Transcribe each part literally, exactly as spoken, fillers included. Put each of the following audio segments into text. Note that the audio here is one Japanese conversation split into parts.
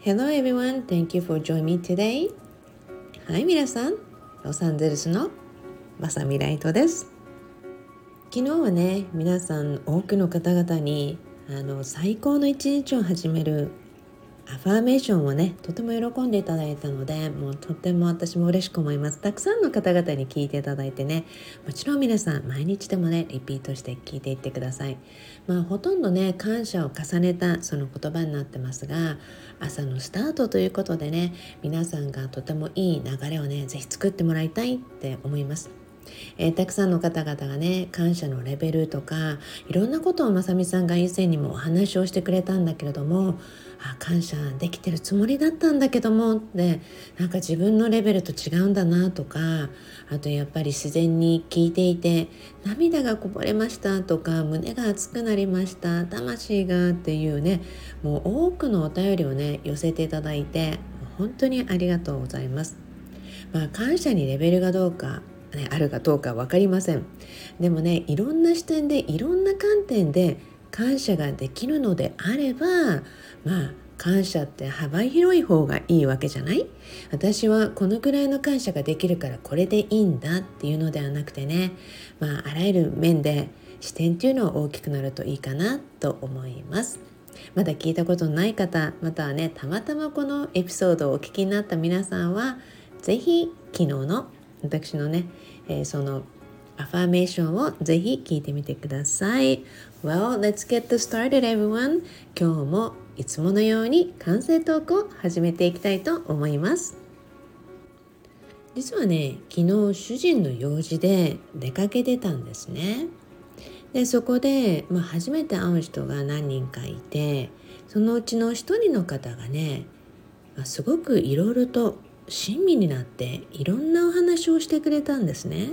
Hello everyone, thank you for joining me today. はい、皆さん、ロサンゼルスのまさみライトです。昨日はね、皆さん多くの方々にあの最高の一日を始めるアファーメーションをね、とても喜んでいただいたので、もうとても私も嬉しく思います。たくさんの方々に聞いていただいてね、もちろん皆さん毎日でもね、リピートして聞いていってください。まあほとんどね、感謝を重ねたその言葉になってますが、朝のスタートということでね、皆さんがとてもいい流れをね、ぜひ作ってもらいたいって思います。えー、たくさんの方々がね、感謝のレベルとかいろんなことをまさみさんが以前にもお話をしてくれたんだけれども、あ、感謝できてるつもりだったんだけどもってなんか自分のレベルと違うんだなとか、あとやっぱり自然に聞いていて涙がこぼれましたとか、胸が熱くなりました、魂がっていうね、もう多くのお便りをね寄せていただいて本当にありがとうございます。まあ感謝にレベルがどうかね、あるかどうか分かりません。でもね、いろんな視点でいろんな観点で感謝ができるのであれば、まあ感謝って幅広い方がいいわけじゃない？私はこのくらいの感謝ができるからこれでいいんだっていうのではなくてね、まああらゆる面で視点っていうのは大きくなるといいかなと思います。まだ聞いたことのない方、またはね、たまたまこのエピソードをお聞きになった皆さんは、ぜひ昨日の私のね、えー、そのアファーメーションをぜひ聞いてみてください。Well, let's get started everyone. 今日もいつものように完成トークを始めていきたいと思います。実はね、昨日主人の用事で出かけてたんですね。で、そこで、まあ、初めて会う人が何人かいて、そのうちの一人の方がね、まあ、すごくいろいろと親身になっていろんなお話をしてくれたんですね。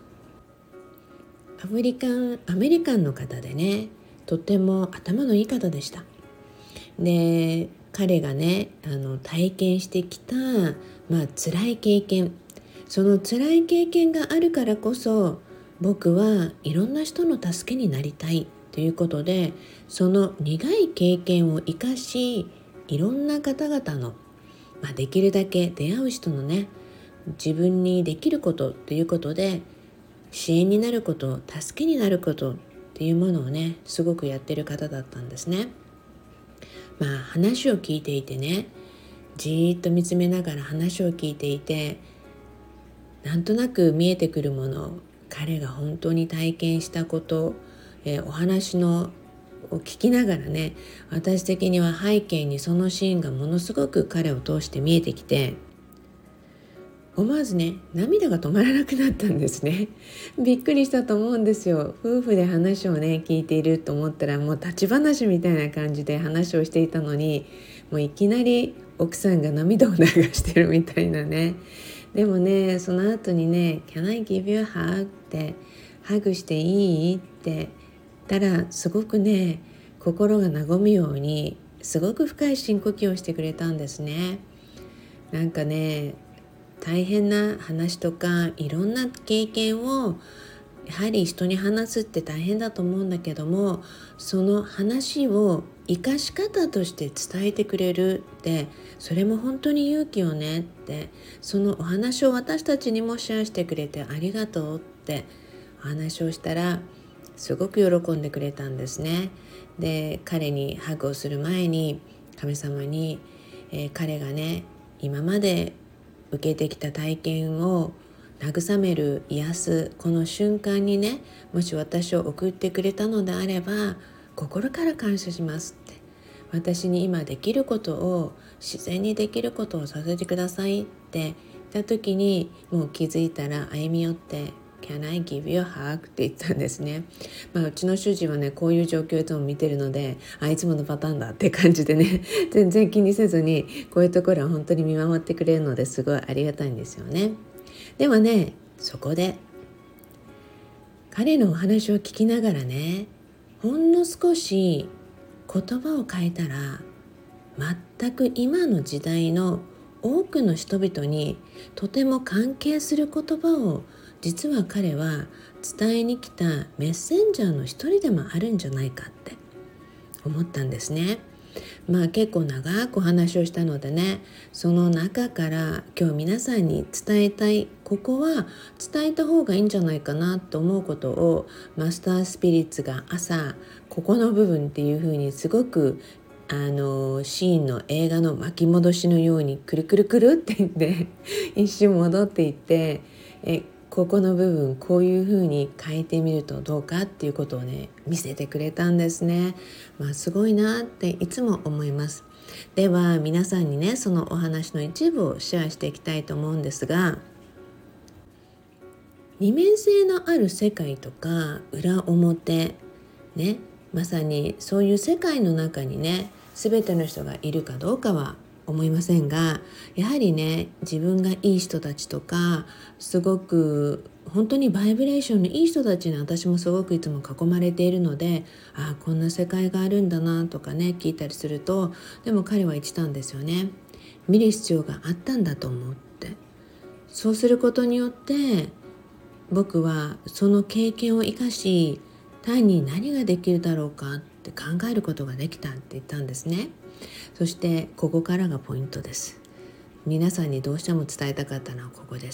アメリカン、アメリカンの方でね、とても頭のいい方でした。で、彼がね、あの体験してきた、まあ辛い経験、その辛い経験があるからこそ、僕はいろんな人の助けになりたいということで、その苦い経験を生かし、いろんな方々の、まあ、できるだけ出会う人のね、自分にできることということで支援になること、助けになることっていうものをね、すごくやってる方だったんですね。まあ話を聞いていてね、じーっと見つめながら話を聞いていて、なんとなく見えてくるもの、彼が本当に体験したこと、えー、お話のを聞きながらね、私的には背景にそのシーンがものすごく彼を通して見えてきて、思わずね、涙が止まらなくなったんですね。びっくりしたと思うんですよ。夫婦で話をね聞いていると思ったら、もう立ち話みたいな感じで話をしていたのに、もういきなり奥さんが涙を流してるみたいなね。でもね、その後にね、 Can I give you a hug? ってハグしていいって言ったら、すごくね、心が和むようにすごく深い深呼吸をしてくれたんですね。なんかね、大変な話とかいろんな経験をやはり人に話すって大変だと思うんだけども、その話を生かし方として伝えてくれるって、それも本当に勇気をねって、そのお話を私たちにもシェアしてくれてありがとうってお話をしたら、すごく喜んでくれたんですね。で、彼にハグをする前に神様に、えー、彼がね、今まで受けてきた体験を慰める、癒すこの瞬間にね、もし私を送ってくれたのであれば心から感謝しますって、私に今できることを、自然にできることをさせてくださいって言った時に、もう気づいたら歩み寄って Can I give you a hug? って言ったんですね。まあ、うちの主人はね、こういう状況いつも見てるので、あ、いつものパターンだって感じでね、全然気にせずに、こういうところは本当に見守ってくれるので、すごいありがたいんですよね。でもね、そこで彼のお話を聞きながらね、ほんの少し言葉を変えたら、全く今の時代の多くの人々にとても関係する言葉を、実は彼は伝えに来たメッセンジャーの一人でもあるんじゃないかって思ったんですね。 まあ結構長くお話をしたのでね、その中から今日皆さんに伝えたい、ここは伝えた方がいいんじゃないかなと思うことを、マスタースピリッツが朝ここの部分っていう風にすごくあのシーンの映画の巻き戻しのようにくるくるくるって言って一瞬戻っていって、えここの部分こういう風に変えてみるとどうかっていうことをね見せてくれたんですね。まあすごいなっていつも思います。では皆さんにねそのお話の一部をシェアしていきたいと思うんですが、二面性のある世界とか裏表ね、まさにそういう世界の中にね全ての人がいるかどうかは思いませんが、やはりね自分がいい人たちとかすごく本当にバイブレーションのいい人たちに私もすごくいつも囲まれているので、ああこんな世界があるんだなとかね聞いたりすると、でも彼は言ってたんですよね。見る必要があったんだと思って、そうすることによって僕はその経験を生かし、単に何ができるだろうかって考えることができたって言ったんですね。そしてここからがポイントです。皆さんにどうしても伝えたかったのはここです。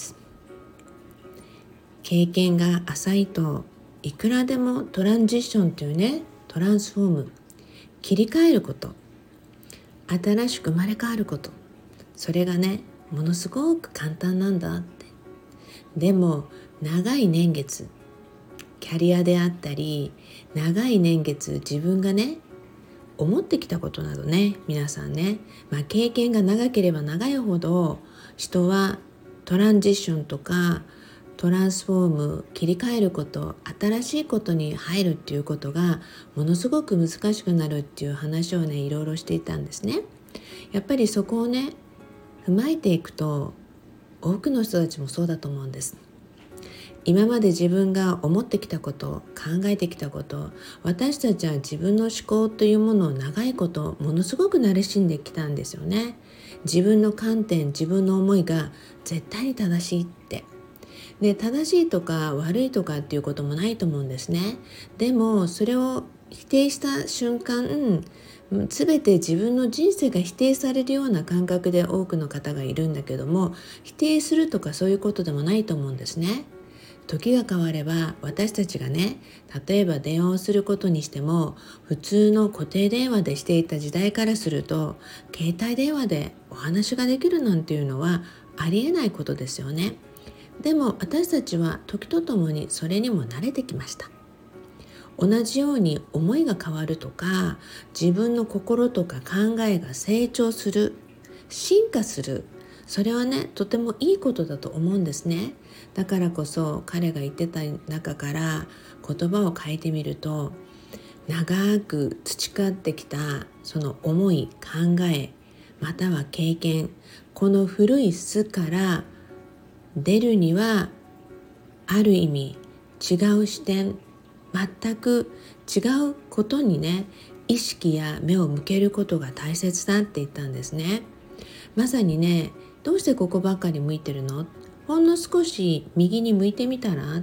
経験が浅いといくらでもトランジッションというね、トランスフォーム、切り替えること、新しく生まれ変わること、それがねものすごく簡単なんだって。でも長い年月、キャリアであったり長い年月自分がね思ってきたことなどね、皆さんね、まあ、経験が長ければ長いほど人はトランジッションとかトランスフォーム、切り替えること、新しいことに入るっていうことがものすごく難しくなるっていう話をねいろいろしていたんですね。やっぱりそこをね踏まえていくと、多くの人たちもそうだと思うんです。今まで自分が思ってきたこと、考えてきたこと、私たちは自分の思考というものを長いことものすごく慣れしんできたんですよね。自分の観点、自分の思いが絶対に正しいって。で、正しいとか悪いとかっていうこともないと思うんですね。でもそれを否定した瞬間、全て自分の人生が否定されるような感覚で多くの方がいるんだけども、否定するとかそういうことでもないと思うんですね。時が変われば私たちがね、例えば電話をすることにしても、普通の固定電話でしていた時代からすると、携帯電話でお話ができるなんていうのはありえないことですよね。でも私たちは時とともにそれにも慣れてきました。同じように思いが変わるとか、自分の心とか考えが成長する、進化する、それはねとてもいいことだと思うんですね。だからこそ彼が言ってた中から言葉を変えてみると、長く培ってきたその思い、考え、または経験、この古い巣から出るには、ある意味違う視点、全く違うことにね意識や目を向けることが大切だって言ったんですね。まさにね、どうしてここばっかり向いてるの、ほんの少し右に向いてみたらって、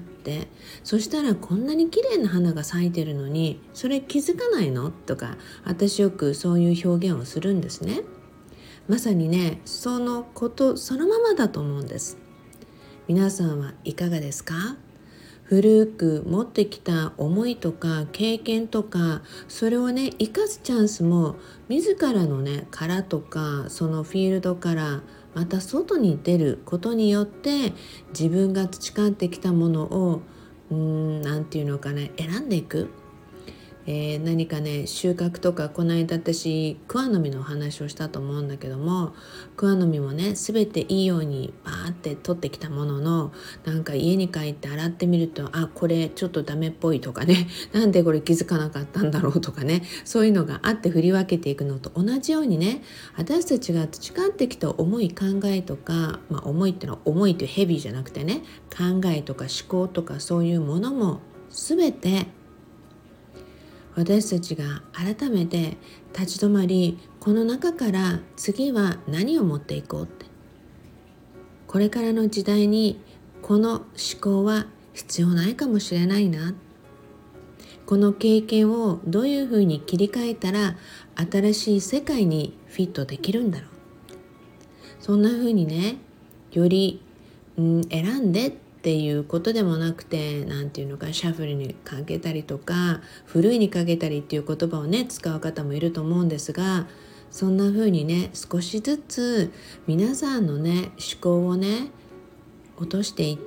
そしたらこんなに綺麗な花が咲いてるのにそれ気づかないのとか、私よくそういう表現をするんですね。まさにねそのことそのままだと思うんです。皆さんはいかがですか？古く持ってきた思いとか経験とか、それをね生かすチャンスも自らのね殻とかそのフィールドからまた外に出ることによって、自分が培ってきたものをうーんなんていうのかね選んでいく。えー、何かね収穫とか、この間私桑の実のお話をしたと思うんだけども、桑の実もね全ていいようにバーって取ってきたものの、なんか家に帰って洗ってみると、あこれちょっとダメっぽいとかね、なんでこれ気づかなかったんだろうとかね、そういうのがあって振り分けていくのと同じようにね、私たちが培ってきた思い考えとか、まあ、思いってのは重いというヘビーじゃなくてね、考えとか思考とかそういうものも全て私たちが改めて立ち止まり、この中から次は何を持っていこうって、これからの時代にこの思考は必要ないかもしれないな、 この経験をどういうふうに切り替えたら新しい世界にフィットできるんだろう。そんなふうにね、より、うん、選んでっていうことでもなくて、なんていうのか、シャッフルにかけたりとかふるいにかけたりっていう言葉をね使う方もいると思うんですが、そんな風にね少しずつ皆さんのね思考をね落としていって、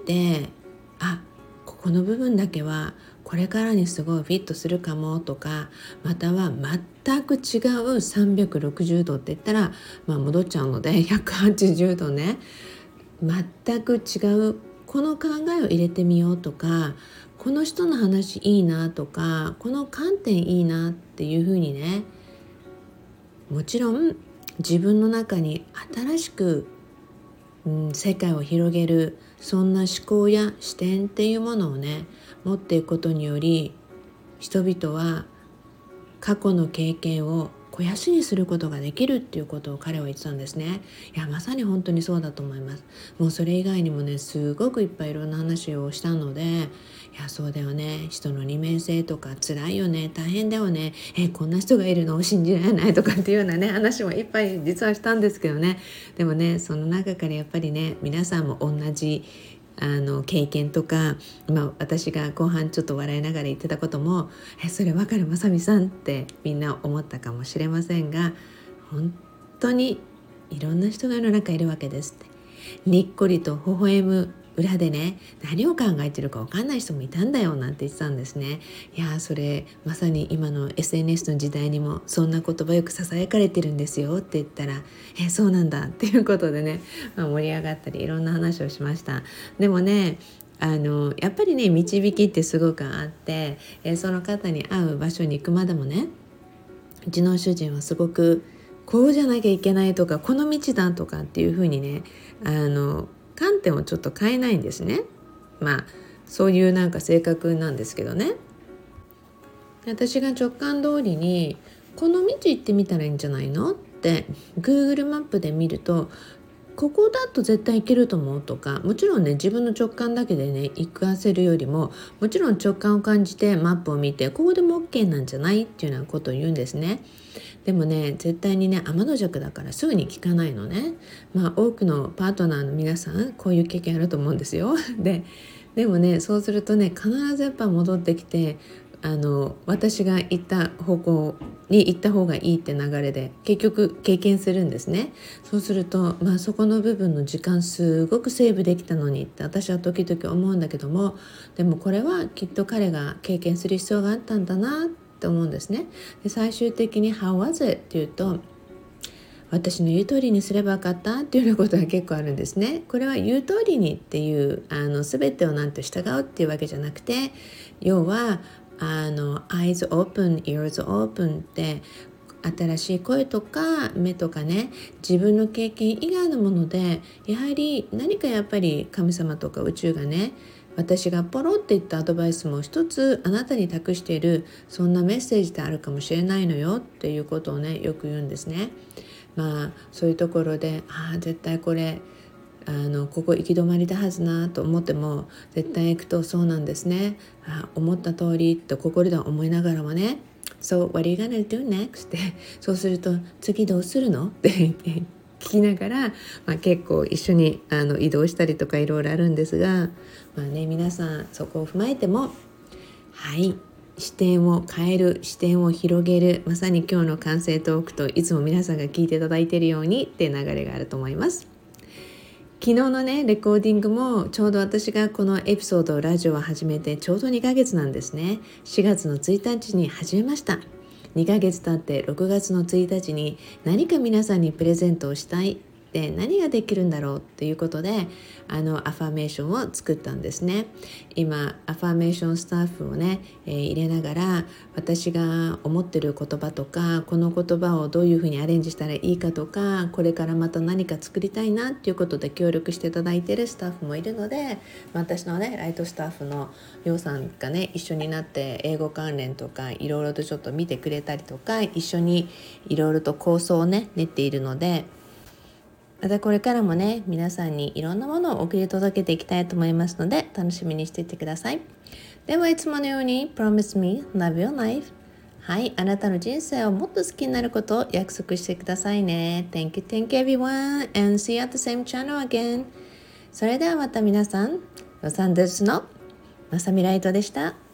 あ、ここの部分だけはこれからにすごいフィットするかもとか、または全く違うさんびゃくろくじゅうどって言ったら、まあ、戻っちゃうのでひゃくはちじゅうどね、全く違うこの考えを入れてみようとか、この人の話いいなとか、この観点いいなっていうふうにね、もちろん自分の中に新しく、うん、世界を広げる、そんな思考や視点っていうものをね持っていくことにより、人々は過去の経験を肥やしにすることができるっていうことを彼は言ってたんですね。いや、まさに本当にそうだと思います。もうそれ以外にもねすごくいっぱいいろんな話をしたので、いやそうだよね、人の二面性とか辛いよね、大変だよね、えこんな人がいるのを信じられないとかっていうようなね話もいっぱい実はしたんですけどね。でもねその中からやっぱりね、皆さんも同じあの経験とか、まあ、私が後半ちょっと笑いながら言ってたことも、えそれ分かるまさみさんってみんな思ったかもしれませんが、本当にいろんな人が世の中いるわけですって。にっこりと微笑む裏でね、何を考えてるか分かんない人もいたんだよなんて言ってたんですね。いやそれまさに今の エスエヌエス の時代にもそんな言葉よくささやかれてるんですよって言ったら、えそうなんだっていうことでね、まあ、盛り上がったりいろんな話をしました。でもねあのやっぱりね導きってすごくあって、えその方に会う場所に行くまでもね、うちの主人はすごくこうじゃなきゃいけないとか、この道だとかっていうふうにね、あの観点をちょっと変えないんですね。まあそういうなんか性格なんですけどね。私が直感通りにこの道行ってみたらいいんじゃないのって Google マップで見ると、ここだと絶対行けると思うとか、もちろんね自分の直感だけでね行かせるよりも、もちろん直感を感じてマップを見て、ここでも OK なんじゃないっていうようなことを言うんですね。でもね絶対にね天の弱だからすぐに聞かないのね。まあ多くのパートナーの皆さんこういう経験あると思うんですよ。ででもねそうするとね必ずやっぱ戻ってきて、あの私が行った方向に行った方がいいって流れで結局経験するんですね。そうすると、まあ、そこの部分の時間すごくセーブできたのにって私は時々思うんだけども、でもこれはきっと彼が経験する必要があったんだなって思うんですね。で最終的に How was it? っていうと、私の言う通りにすればよかったっていうようなことが結構あるんですね。これは言う通りにっていうあの全てをなんと従うっていうわけじゃなくて、要はあの eyes open, ears open って新しい声とか目とかね、自分の経験以外のもので、やはり何かやっぱり神様とか宇宙がね、私がポロって言ったアドバイスも一つあなたに託している、そんなメッセージであるかもしれないのよっていうことをねよく言うんですね。まあそういうところで、ああ絶対これあのここ行き止まりだはずなと思っても、絶対行くとそうなんですね、あ思った通りと心では思いながらもね、 So what are you gonna do next? ってそうすると次どうするのって聞きながら、まあ、結構一緒にあの移動したりとかいろいろあるんですが、まあね、皆さんそこを踏まえても、はい視点を変える、視点を広げる、まさに今日の完成トークといつも皆さんが聞いていただいているようにっていう流れがあると思います。昨日のねレコーディングもちょうど私がこのエピソードをラジオを始めてちょうどにかげつなんですね。しがつのついたちに始めました。にかげつ経ってろくがつのついたちに何か皆さんにプレゼントをしたい、で何ができるんだろうっていうことで、あのアファメーションを作ったんですね。今アファメーションスタッフをね、えー、入れながら、私が思ってる言葉とか、この言葉をどういうふうにアレンジしたらいいかとか、これからまた何か作りたいなっていうことで協力していただいているスタッフもいるので、私のねライトスタッフのようさんがね一緒になって英語関連とかいろいろとちょっと見てくれたりとか、一緒にいろいろと構想をね練っているので、またこれからもね皆さんにいろんなものを送り届けていきたいと思いますので、楽しみにしていてください。 ではいつものように Promise me, love your life。 はい、あなたの人生をもっと好きになることを約束してくださいね。 Thank you, thank you everyone and see you at the same channel again。 それではまた皆さん、ロサンゼルスのまさみライトでした。